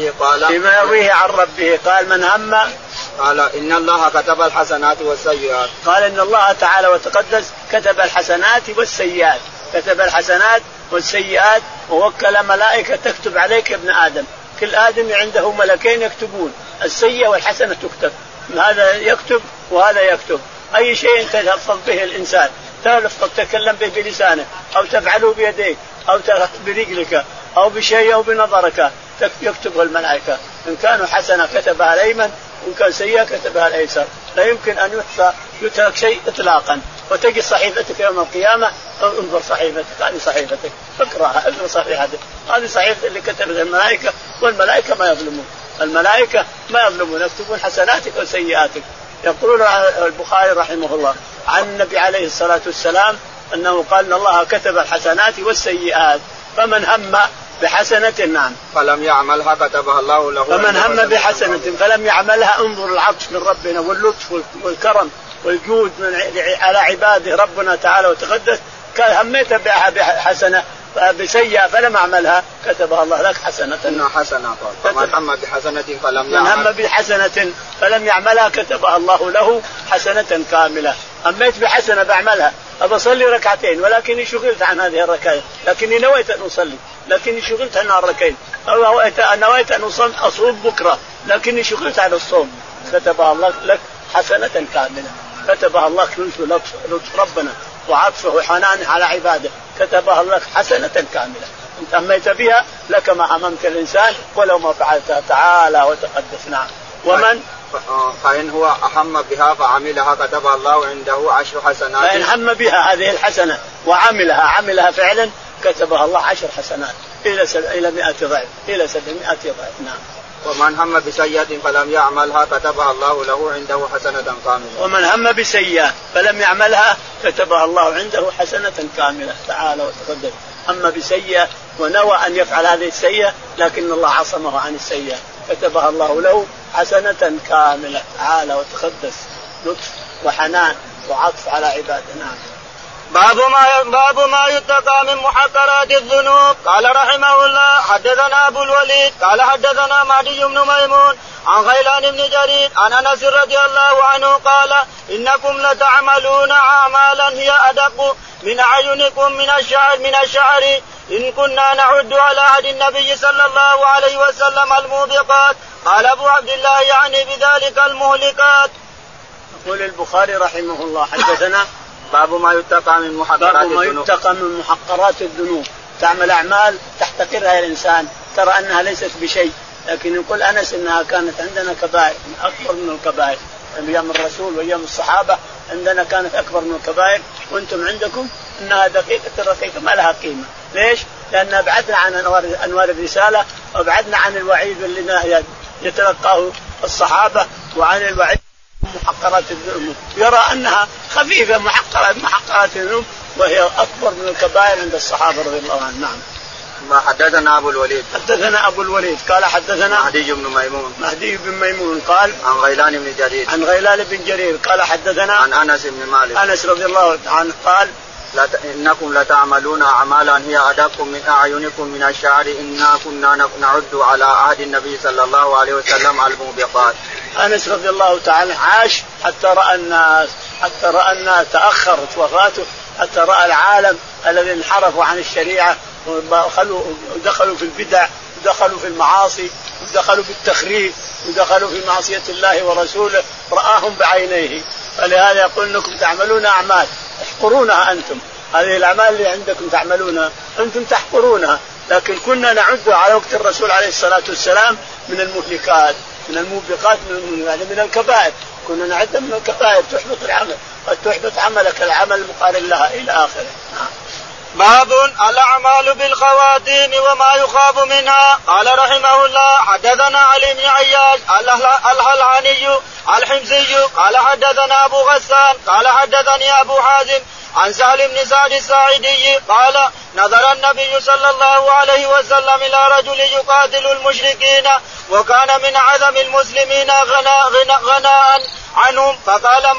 عن ربه قال من هم قال إن الله كتب الحسنات والسيئات. قال إن الله تعالى وتقدس كتب الحسنات والسيئات، كتب الحسنات والسيئات ووكل ملائكة تكتب عليك يا ابن آدم. كل آدم عنده ملكين يكتبون السيئة والحسنة تكتب، هذا يكتب وهذا يكتب. أي شيء تلفظ به الإنسان، تتكلم به بلسانه أو تفعله بيديك أو برجلك أو بشيء أو بنظرك يكتبها الملائكة. إن كانوا حسنة كتبها الأيمن وإن كان سيئة كتبها الأيسر. لا يمكن أن يترك شيء إطلاقا. وتجي صحيفتك يوم القيامة انظر صحيفتك، هذه صحيفتك اقرأها، اقرأ صحيفتك، هذه صحيفة اللي كتبها الملائكة. والملائكة ما يظلمون، الملائكة ما يظلمون، يكتبون حسناتك وسيئاتك. يقول البخاري رحمه الله عن النبي عليه الصلاة والسلام أنه قال إن الله كتب الحسنات والسيئات فمن هم بحسنة نعم فلم يعملها كتبها الله له. فمن هم بحسنة فلم يعملها، انظر العطف من ربنا واللطف والكرم والجود على عباده ربنا تعالى وتقدس. كان هميت بحسنة بسيئة فلم أعملها كتبها الله لك حسنة. فمن هم بحسنة فلم يعملها كتبها الله له حسنة كاملة. هميت بحسنة بعملها، أبصلي ركعتين ولكني شغلت عن هذه الركعتين، لكني نويت أن أصلي لكني شغلت عن الركعتين، أو نويت أن أصوم بكرة لكني شغلت عن الصوم، كتبها الله لك حسنة كاملة. كتبها الله لطف ربنا وعطفه وحنانه على عباده، كتبها الله حسنة كاملة. انت هميت بها لك ما أمامك الإنسان ولو ما فعلتها تعالى وتقدس. نعم. ومن فإن هو أهم بها فعملها كتبها الله عنده 10 حسنات. فإن هم بها هذه الحسنة وعملها فعلا كتبها الله 10 حسنات. إلى 100 ضعف، إلى 700 ضعف. نعم. ومن هم بسيئة فلم يعملها كتبها الله له عنده حسنة كاملة. ومن هم بسيئة فلم يعملها كتبها الله عنده حسنة كاملة. تعالى وتقدم. هم بسيئة ونوى أن يفعل هذه السيئة لكن الله عصمه عن السيئة كتبها الله له حسنة كاملة. تعالى وتقدس، لطف وحنان وعطف على عباده. نعم. باب ما يتقى من محقرات الذنوب. قال رحمه الله حدثنا أبو الوليد قال حدثنا مهدي بن ميمون عن غيلان بن جرير عن أنس رضي الله عنه قال إنكم لتعملون أعمالا هي أدق من أعينكم من الشعر إن كنا نعد على عهد النبي صلى الله عليه وسلم الموبقات. قال أبو عبد الله يعني بذلك المهلكات. يقول البخاري رحمه الله حدثنا باب ما يتقى من محقرات الذنوب. تعمل أعمال تحتقرها الإنسان ترى أنها ليست بشيء، لكن يقول أنس إنها كانت عندنا كبائر أكبر من الكبائر. أيام الرسول وأيام الصحابة عندنا كانت أكبر من الكبائر وأنتم عندكم إنها دقيقة الرقيقة ما لها قيمة. ليش؟ لأن أبعدنا عن أنوار الرسالة وأبعدنا عن الوعيد اللي يتلقاه الصحابة وعن الوعيد محقرات الذنوب. يرى أنها خفيفة محقرات الذنوب وهي أكبر من الكبائر عند الصحابة رضي الله عنهم. نعم. ما حدثنا أبو الوليد أبو الوليد قال حدثنا مهدي بن ميمون قال عن غيلان بن جرير قال حدثنا عن أنس بن مالك أنس رضي الله عنه قال إنكم لتعملون أعمالا هي أدق من أعينكم من الشعر إنا كنا نعد على عهد النبي صلى الله عليه وسلم الموبقات. أنس رضي الله تعالى عاش حتى رأى الناس تأخرت وفاته، حتى رأى العالم الذي انحرفوا عن الشريعة ودخلوا في البدع ودخلوا في المعاصي ودخلوا بالتخريف ودخلوا في معصية الله ورسوله، رآهم بعينيه. فلهذا يقول انكم تعملون أعمال تحقرونها أنتم، هذه الأعمال اللي عندكم تعملونها أنتم تحقرونها، لكن كنا نعد على وقت الرسول عليه الصلاة والسلام من المهلكات من الموبقات من الكبائر، كنا نعد من الكبائر تحبط العمل قد تحبط عملك العمل المقارن لها إلى آخره. باب الأعمال بالخواتيم وما يخاف منها. قال رحمه الله حدثنا علي بن عياش الهلهاني الحمصي قال حدثنا أبو غسان قال حدثني أبو حازم عن سهل بن سعد الساعدي قال نظر النبي صلى الله عليه وسلم إلى رجل يقاتل المشركين وكان من عظم المسلمين غناء عنهم فقال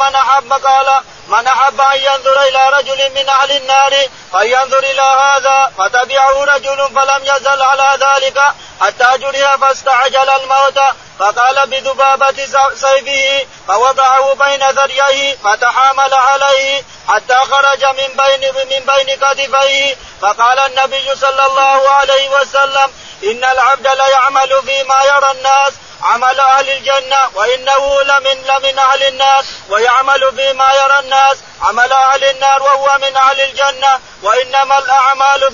من أحب أن ينظر إلى رجل من أهل النار فلينظر إلى هذا، فتبعه رجل فلم يزل على ذلك حتى جرح فاستعجل الموت، فقال بذبابة سيفه فوضعه بين ثدييه فتحامل عليه حتى خرج من بين كتفيه، فقال النبي صلى الله عليه وسلم إن العبد ليعمل فيما يرى الناس عمل أهل الجنة وإنه لمن أهل النار ويعمل فيما يرى الناس عمل أهل النار وهو من أهل الجنة وإنما الأعمال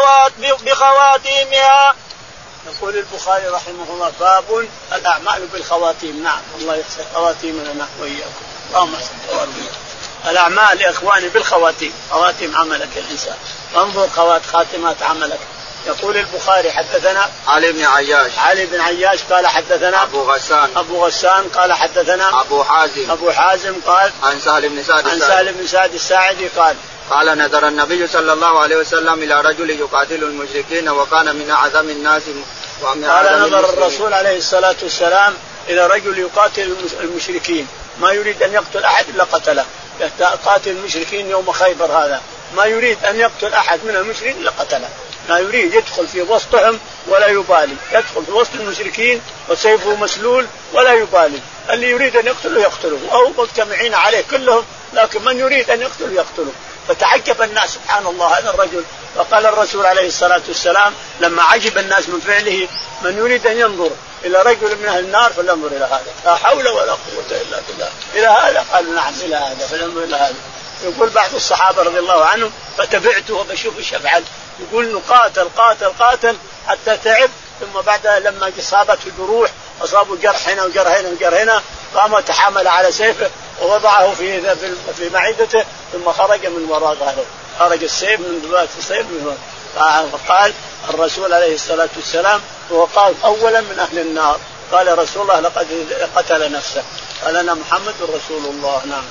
بخواتيمها. يقول البخاري رحمه الله باب الأعمال بالخواتيم. نعم الله يحسن خواتيمنا نحن وإياكم اللهم احسن خواتيم الأعمال يا إخواني بالخواتيم، خواتيم عملك الإنسان انظر خاتمات عملك. يقول البخاري حدثنا علي بن عياش قال حدثنا أبو غسان قال حدثنا أبو حازم قال عن سهل بن سعد الساعدي قال نظر النبي صلى الله عليه وسلم إلى رجل يقاتل المشركين وكان من أعظم الناس قال نظر الرسول عليه الصلاة والسلام إلى رجل يقاتل المشركين ما يريد أن يقتل أحد إلا قتله، قاتل المشركين يوم خيبر هذا ما يريد أن يقتل أحد من المشركين إلا قتله، لا يريد يدخل في وسطهم ولا يبالي، يدخل في وسط المشركين وسيفه مسلول ولا يبالي، اللي يريد أن يقتله أو مجتمعين عليه كلهم، لكن من يريد أن يقتله. فتعجب الناس سبحان الله هذا الرجل، فقال الرسول عليه الصلاة والسلام لما عجب الناس من فعله من يريد أن ينظر إلى رجل من أهل النار فلينظر إلى هذا، لا حول ولا قوة إلا بالله، إلى هذا قالوا نعم إلى هذا فلينظر إلى هذا. يقول بعض الصحابة رضي الله عنهم فتبعته وبشوف ايش يفعل، يقول قاتل حتى تعب، ثم بعدها لما أصابته الجروح أصابوا جرح هنا وجرح هنا قام وتحامل على سيفه ووضعه في معدته ثم خرج من وراء ظهره، خرج السيف من ذات السيف فقال الرسول عليه الصلاة والسلام وقال أولا من أهل النار. قال رسول الله لقد قتل نفسه. قال أنا محمد رسول الله. نعم.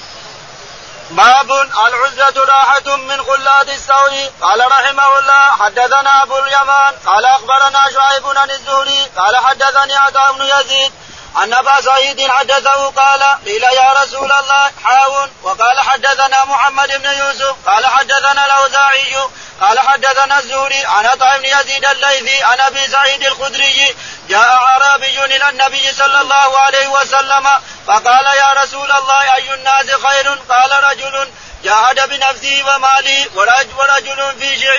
باب العزلة راحة من خلات السوء. قال رحمه الله حدثنا أبو اليمان قال أخبرنا شعيب عن الزهري قال حدثني عطاء بن يزيد عن أبا سعيد حدثه قال قيل يا رسول الله حاون. وقال حدثنا محمد بن يوسف قال حدثنا الأوزاعي قال حدثنا الزهري عن عطاء بن يزيد الليثي عن أبي سعيد الخدري جاء أعرابي إلى النبي صلى الله عليه وسلم فقال يا رسول الله أي الناس خير؟ قال رجل جاهد بنفسه وماله ورجل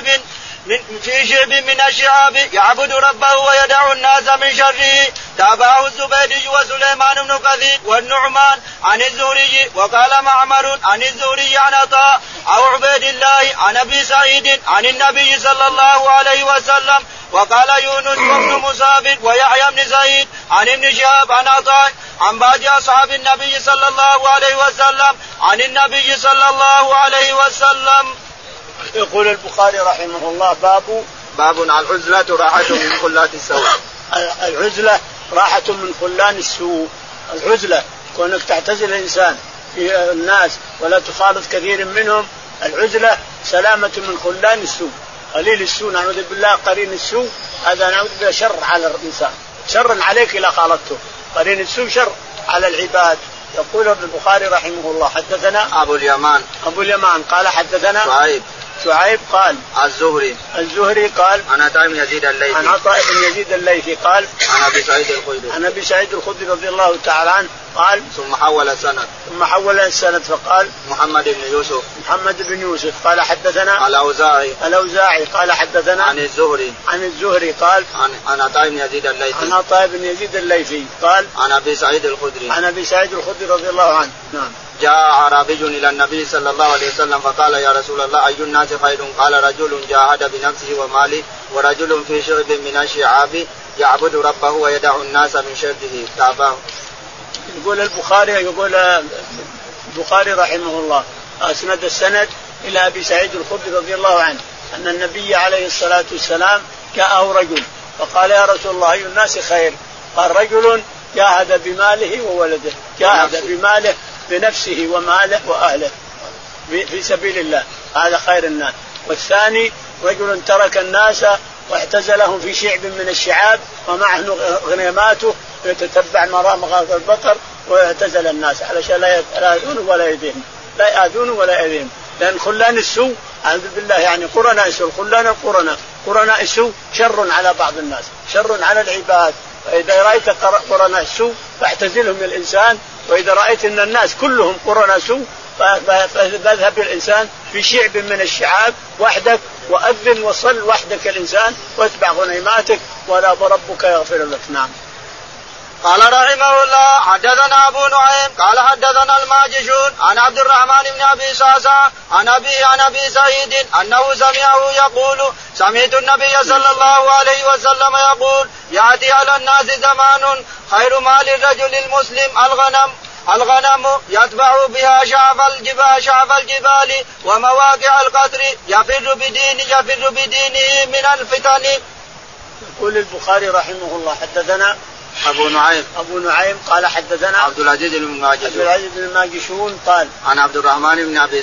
في شعب من الشعاب يعبد ربه ويدع الناس من شره. تابعه الزبيدي وسليمان بن كثير والنعمان عن الزهري. وقال معمر عن الزهري عن عطاء أو عبيد الله عن أبي سعيد عن النبي صلى الله عليه وسلم. وقال يونس وابن مصاب ويحيى بن سعيد عن ابن شهاب عن عطاء عن باقي أصحاب النبي صلى الله عليه وسلم عن النبي صلى الله عليه وسلم. يقول البخاري رحمه الله باب العزلة راحة من خلات السوء. العزلة راحة من خلان السوء. العزلة كونك تعتزل الإنسان في الناس ولا تخالط كثير منهم. العزلة سلامة من خلان السوء. قليل السوء نعوذ بالله، قرين السوء هذا نعوذ بالله شر على الإنسان، شر عليك إذا خالطته. قرين السوء شر على العباد. يقول ابن البخاري رحمه الله حدثنا أبو اليمان قال حدثنا شعيب قال الزهري قال عن عطاء بن يزيد الليثي قال عن أبي سعيد الخدري رضي الله تعالى عنه قال ثم حول السند فقال محمد بن يوسف قال حدثنا الأوزاعي قال حدثنا عن الزهري قال عن عطاء بن يزيد الليثي قال عن أبي سعيد الخدري رضي الله عنه. نعم. جاء أعرابي إلى النبي صلى الله عليه وسلم فقال يا رسول الله أي الناس خير؟ قال رجل جاهد بنفسه وماله ورجل في شعب من الشعاب يعبد ربه ويدع الناس من شره. تابعه. يقول البخاري رحمه الله أسند السند إلى أبي سعيد الخدري رضي الله عنه أن النبي عليه الصلاة والسلام جاءه رجل فقال يا رسول الله أي الناس خير؟ قال رجل جاهد بماله وولده، جاهد بماله بنفسه وماله وأهله في سبيل الله، هذا خير الناس. والثاني رجل ترك الناس واعتزلهم في شعب من الشعاب ومعه غنيماته يتتبع مغاز البقر واعتزل الناس علشان لا يأذون ولا يأذون لأن خلان السوء أعوذ بالله يعني قرناء السوء. قرناء السوء شر على بعض الناس، شر على العباد. فإذا رأيت قرناء السوء فاعتزلهم الإنسان، وإذا رأيت أن الناس كلهم قرناء سوء فاذهب الإنسان في شعب من الشعاب وحدك وأذن وصل وحدك الإنسان واتبع غنيماتك ولا بربك يغفر لك. نعم. قال رحمه الله حدثنا أبو نعيم قال حدثنا الماجشون عن عبد الرحمن بن أبي صعصع عن أبي سعيد أنه سمعه يقول سمعت النبي صلى الله عليه وسلم يقول يأتي على الناس زمان خير مال الرجل المسلم الغنم يتبع بها شعف الجبال ومواقع القطر يفر بدينه من الفتن. يقول البخاري رحمه الله حدثنا أبو نعيم قال حدثنا عبد العزيز بن الماجشون قال عن عبد الرحمن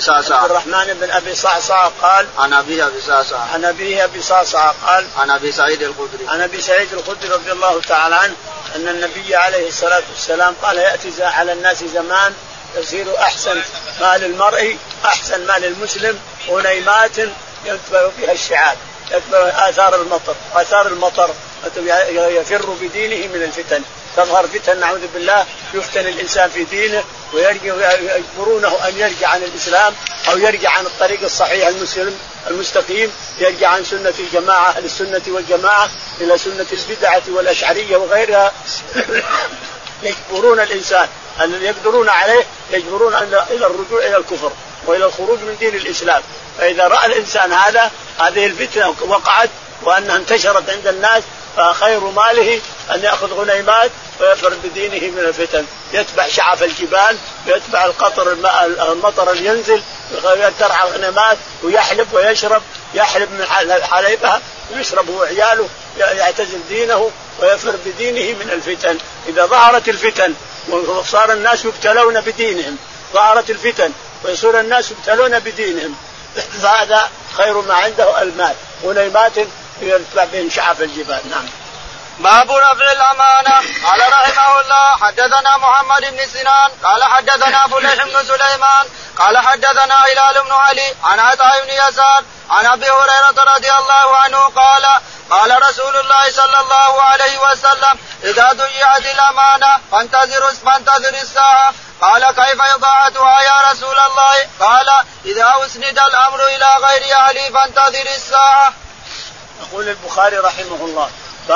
بن أبي صعصع قال عن أبي أبي صعصع قال عن أبي سعيد الخدري رضي الله تعالى عنه أن النبي عليه الصلاة والسلام قال يأتي على الناس زمان يصير أحسن مال المرء أحسن مال المسلم غنيمات يتبع فيها الشعاب، يتبع آثار المطر يفر بدينه من الفتن. تظهر فتن نعوذ بالله يفتن الإنسان في دينه ويجبرونه أن يرجع عن الإسلام أو يرجع عن الطريق الصحيح المستقيم، يرجع عن سنة الجماعة أهل السنة والجماعة إلى سنة البدعة والأشعرية وغيرها. يجبرون الإنسان الذي يقدرون عليه يجبرون إلى الرجوع إلى الكفر وإلى الخروج من دين الإسلام. فإذا رأى الإنسان هذه الفتنة وقعت وأنها انتشرت عند الناس فخير ماله أن يأخذ غنيمات ويفر بدينه من الفتن، يتبع شعف الجبال ويتبع المطر اللي ينزل ويترعى غنيمات ويحلب ويشرب يحلب من حليبها ويشرب هو وعياله، يعتزل دينه ويفر بدينه من الفتن. إذا ظهرت الفتن وصار الناس يبتلون بدينهم، ظهرت الفتن ويصير الناس يبتلون بدينهم، فهذا خير ما عنده المال، غنيمات يرتفع بهم شعف الجبال. نعم. باب رفع الأمانة. قال رحمه الله حدثنا محمد بن سنان قال حدثنا فليح بن سليمان قال حدثنا هلال بن علي عن عطاء بن يسار عن أبي هريرة رضي الله عنه قال قال رسول الله صلى الله عليه وسلم إذا ضيعت الأمانة فانتظر الساعة. قال كيف إضاعتها يا رسول الله؟ قال إذا أسند الأمر إلى غير أهله فانتظر الساعة. يقول البخاري رحمه الله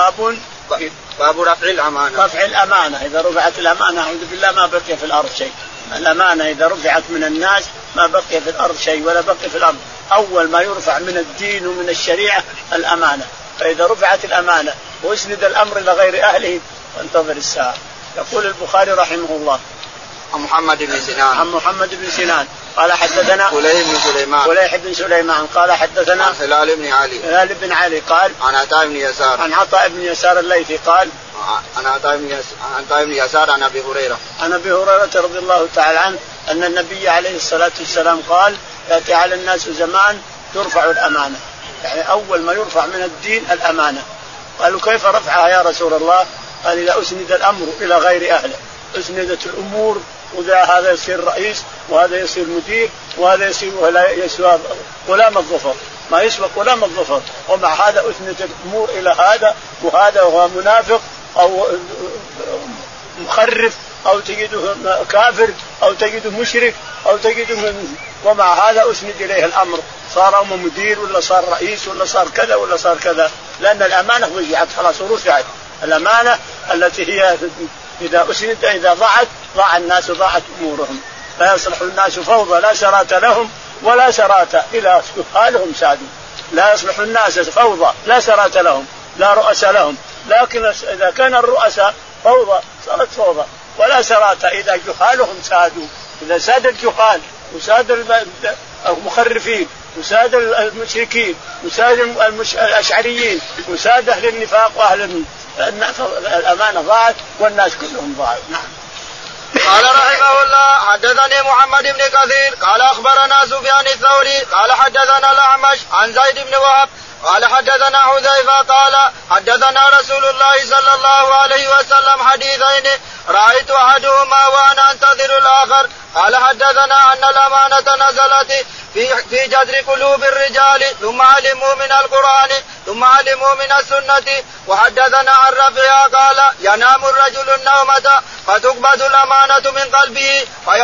باب رفع الأمانة. رفع الأمانة، إذا رفعت الأمانة أعوذ بالله ما بقي في الأرض شيء. الأمانة إذا رفعت من الناس ما بقي في الأرض شيء ولا بقي في الأرض. أول ما يرفع من الدين ومن الشريعة الأمانة، فإذا رفعت الأمانة واسند الأمر إلى غير أهله فانتظر الساعة. يقول البخاري رحمه الله عن محمد بن سنان قال حدثنا فليح بن سليمان قال حدثنا هلال بن علي قال عن عطاء بن يسار الليثي قال عن عطاء بن يسار عن أبي هريرة رضي الله تعالى عنه أن النبي عليه الصلاة والسلام قال يأتي على الناس زمان ترفع الأمانة، يعني أول ما يرفع من الدين الأمانة. قالوا كيف رفعها يا رسول الله؟ قال إذا أسند الأمر إلى غير أهله، أسندت الأمور وذا هذا يصير رئيس وهذا يصير مدير وهذا يصير ولا يسوى غلام الظفر، ما يسوى غلام الظفر، ومع هذا أسندت الأمور إلى هذا، وهذا هو منافق أو مخرف أو تجده كافر أو تجده مشرك أو تجده ومع هذا أسند إليه الأمر، صار مدير ولا صار رئيس ولا صار كذا ولا صار كذا، لأن الأمانة ضيعت خلاص رفعت. الأمانة التي هي إذا أسند إذا ضاع الناس ضاعت أمورهم، لا يصلح الناس فوضى لا سرات لهم ولا سرات إلى سؤالهم سادوا. لا يصلح الناس فوضى لا سرات لهم لا رؤساء لهم، لكن إذا كان الرؤساء فوضى صارت فوضى، ولا سرات إذا جهالهم سادوا. إذا ساد الجهال وساد المخرفين وساد المشركين وساد الأشعريين وساد أهل النفاق وأهل الأمانة ضاعت والناس كلهم ضاعوا. نعم. قال رحمه الله حدثني محمد بن كثير قال أخبرنا سفيان الثوري قال حدثنا الأعمش عن زيد بن وهب قال حدثنا حذيفة قال حدثنا رسول الله صلى الله عليه وسلم حديثين رأيت أحدهما وأنا أنتظر الآخر. قال حدثنا أن الأمانة نزلت في جذر قلوب الرجال ثم علموا من القرآن ثم علموا من السنة. وحدثنا عن رفعها قال ينام الرجل النومة فتقبض الأمانة من قلبه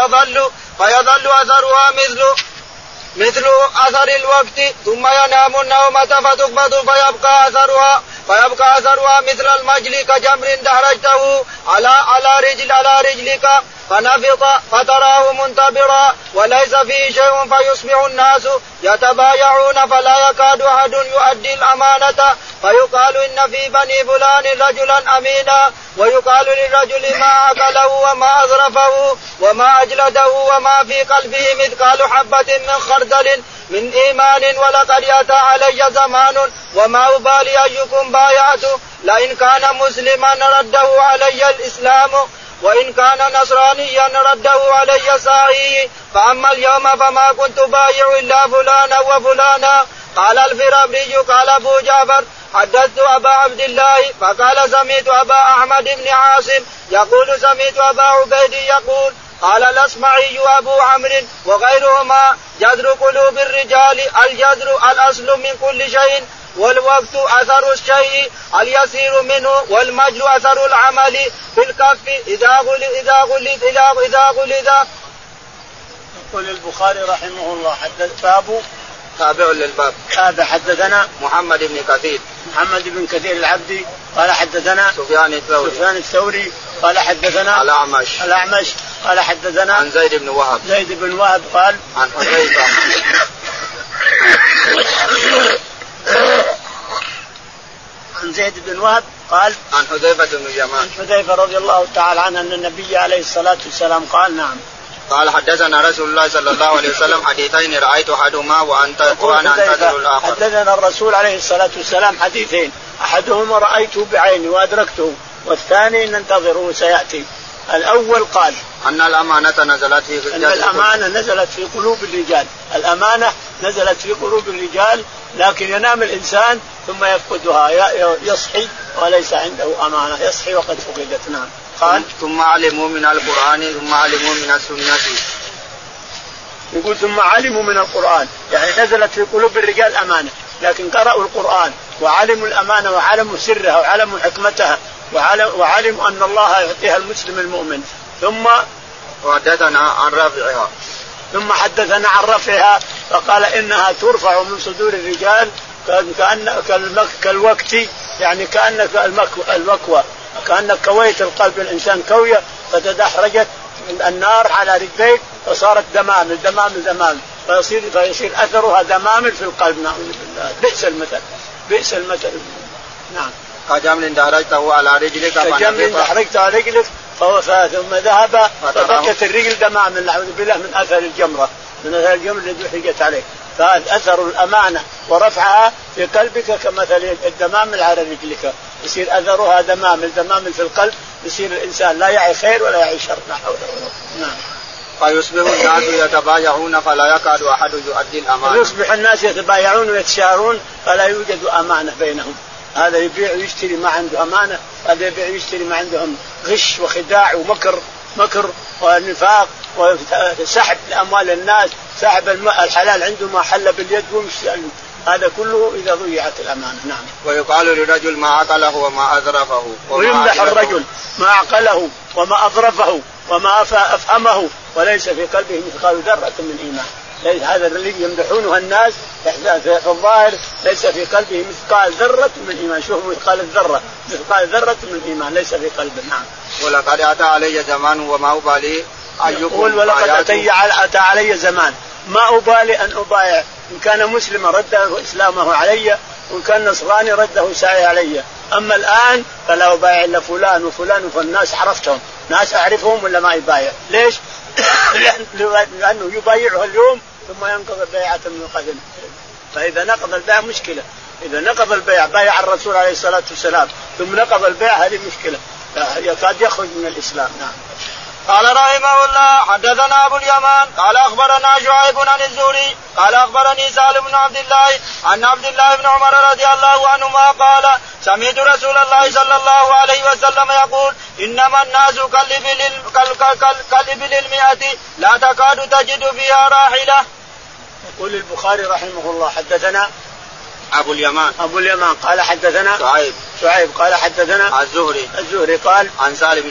فيظل أثرها مثل أثر الوقت ثم ينام النومة فتقبض فيبقى أثرها مثل المجل كجمر دحرجته على رجلك فنفط فتراه منتبرا وليس فيه شيء فيصبح الناس يتبايعون فلا يكاد أحد يؤدي الأمانة فيقال إن في بني فلان رجلا أمينا ويقال للرجل ما أكله وما أظرفه وما أجلده وما في قلبه مثقال حبة من خردل من إيمان ولقد أتى علي زمان وما أبالي أيكم بايعته لئن كان مسلما رده علي الإسلام وإن كان نصرانيا رده علي ساعي فأما اليوم فما كنت بايع إلا فلانا وفلانا. قال الفرابري قال أبو جعفر حدثت أبا عبد الله فقال سمعت أبا أحمد بن عاصم يقول سمعت أبا عبيد يقول قال الأصمعي أبو عمرو وغيرهما جذر قلوب الرجال الجذر الأصل من كل شيء والوقت أثر الشيء اليسير منه والمجل أثر العمل في الكف إذا غلظ. يقول البخاري رحمه الله حدث باب تابع للباب. حدثنا محمد بن كثير العبدي قال حدثنا سفيان الثوري قال حدثنا الأعمش قال حدثنا عن زيد بن وهب قال عن حذيفة عن زيد بن وهب قال عن حذيفة بن اليمان حذيفة رضي الله تعالى عنه أن النبي عليه الصلاة والسلام قال نعم قال حدثنا رسول الله صلى الله عليه وسلم حديثين رأيت أحدهما وأنا أنتظر الآخر. حدثنا الرسول عليه الصلاة والسلام حديثين أحدهما رأيته بعيني وأدركته والثاني ننتظره سيأتي. الأول قال أن الأمانة نزلت في قلوب الرجال. الأمانة نزلت في قلوب الرجال لكن ينام الإنسان ثم يفقدها يصحي وليس عنده أمانة يصحي وقد فقدت. نعم. قال ثم علموا من القرآن ثم علموا من السنة. يقول ثم علموا من القرآن يعني نزلت في قلوب الرجال أمانة لكن قرأوا القرآن وعلموا الأمانة وعلموا سرها وعلموا حكمتها وعلموا أن الله يعطيها المسلم المؤمن. ثم حدثنا عن رفعها فقال إنها ترفع من صدور الرجال كالوقت يعني كأنك المكوى كأنك كويت القلب الإنسان كوية فتدحرجت من النار على رجليك فصارت دمامل فيصير أثرها دمامل في القلب. نعوذ بالله. بئس المثل. نعم. كجمل دحرجته على رجلك ثم ذهب فبقت الرجل دمامل. نعوذ بالله من أثر الجمرة التي حرقت عليه. فأثر الأمانة ورفعها في قلبك كمثل الدمامل على رجلك يصير أثرها دمامل في القلب يصير الإنسان لا يعي خير ولا يعي شر. لا حول ولا قوة. نعم. فيصبح الناس يتبايعون فلا يكاد أحد يؤدي الأمانة. يصبح الناس يتبايعون ويتشارون فلا يوجد أمانة بينهم. هذا يبيع ويشتري ما عنده أمانة هذا يبيع ويشتري ما عندهم غش وخداع ومكر ونفاق وسحب لأموال الناس سحب الحلال عنده ما حل باليد ومشتري. هذا كله إذا ضيعت الأمانة. نعم. ويقال للرجل ما عقله وما أذرفه ويمدح الرجل ما عقله وما أذرفه وما أفهمه وليس في قلبه مثقال ذرة من إيمان. ليس هذا الذي يمدحونه الناس في الظاهر ليس في قلبه مثقال ذرة من إيمان. شوف مثقال ذرة من إيمان ليس في قلبه. نعم. ولقد أتى علي زمان وما أبالي يقول ولقد أتى علي زمان ما أبالي أن أبايع إن كان مسلما رده إسلامه علي وإن كان نصراني رده سعي علي. أما الآن فلا أبايع إلا فلان وفلان فالناس عرفتهم ناس أعرفهم ولا ما يبايع. ليش؟ لأنه يبايعه اليوم ثم ينقض بيعة من قبل. فإذا نقض البيع مشكلة. إذا نقض البيع بايع الرسول عليه الصلاة والسلام ثم نقض البيع هذه مشكلة يكاد يخرج من الإسلام. نعم. قال رحمه الله حدثنا أبو اليمان قال أخبرنا شعيب عن الزهري قال أخبرني سالم بن عبد الله عن عبد الله بن عمر رضي الله عنهما قال سمعت رسول الله صلى الله عليه وسلم يقول إنما الناس كالإبل المئة لا تكاد تجد فيها راحلة. يقول البخاري رحمه الله حدثنا أبو اليمان قال حدثنا شعيب قال حدثنا الزهري قال عن سالم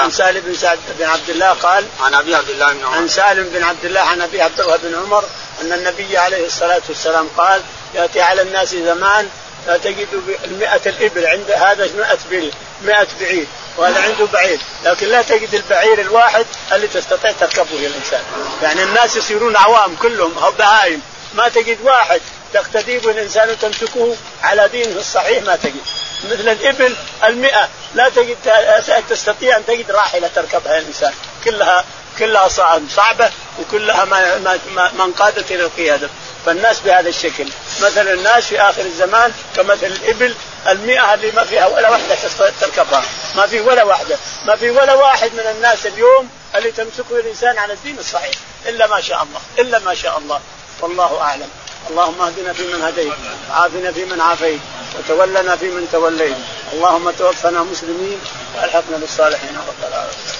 بن عبد الله قال عن أبي عبد الله بن عمر عن سالم بن عبد الله عن أبي عبد الله بن عمر أن النبي عليه الصلاة والسلام قال يأتي على الناس زمان لا تجد 100 الإبل عند هذا 100 بعير وهذا عنده بعير لكن لا تجد البعير الواحد اللي تستطيع تركبه الإنسان. يعني الناس يصيرون عوام كلهم أو بهائم ما تجد واحد تقتدي به الإنسان تمسكه على دينه الصحيح ما تجد. مثل الإبل 100 لا تجد تستطيع أن تجد راحلة تركبها الإنسان كلها صعبة وكلها ما انقادت إلى القيادة. فالناس بهذا الشكل مثل الناس في آخر الزمان كمثل الإبل 100 اللي ما فيها ولا واحدة تستطيع تركبها. ما في ولا واحد من الناس اليوم اللي تمسكه الإنسان على الدين الصحيح إلا ما شاء الله والله أعلم. اللهم اهدنا فيمن هديت وعافنا فيمن عافيت وتولنا فيمن توليت. اللهم توفنا مسلمين والحقنا بالصالحين رب العالمين.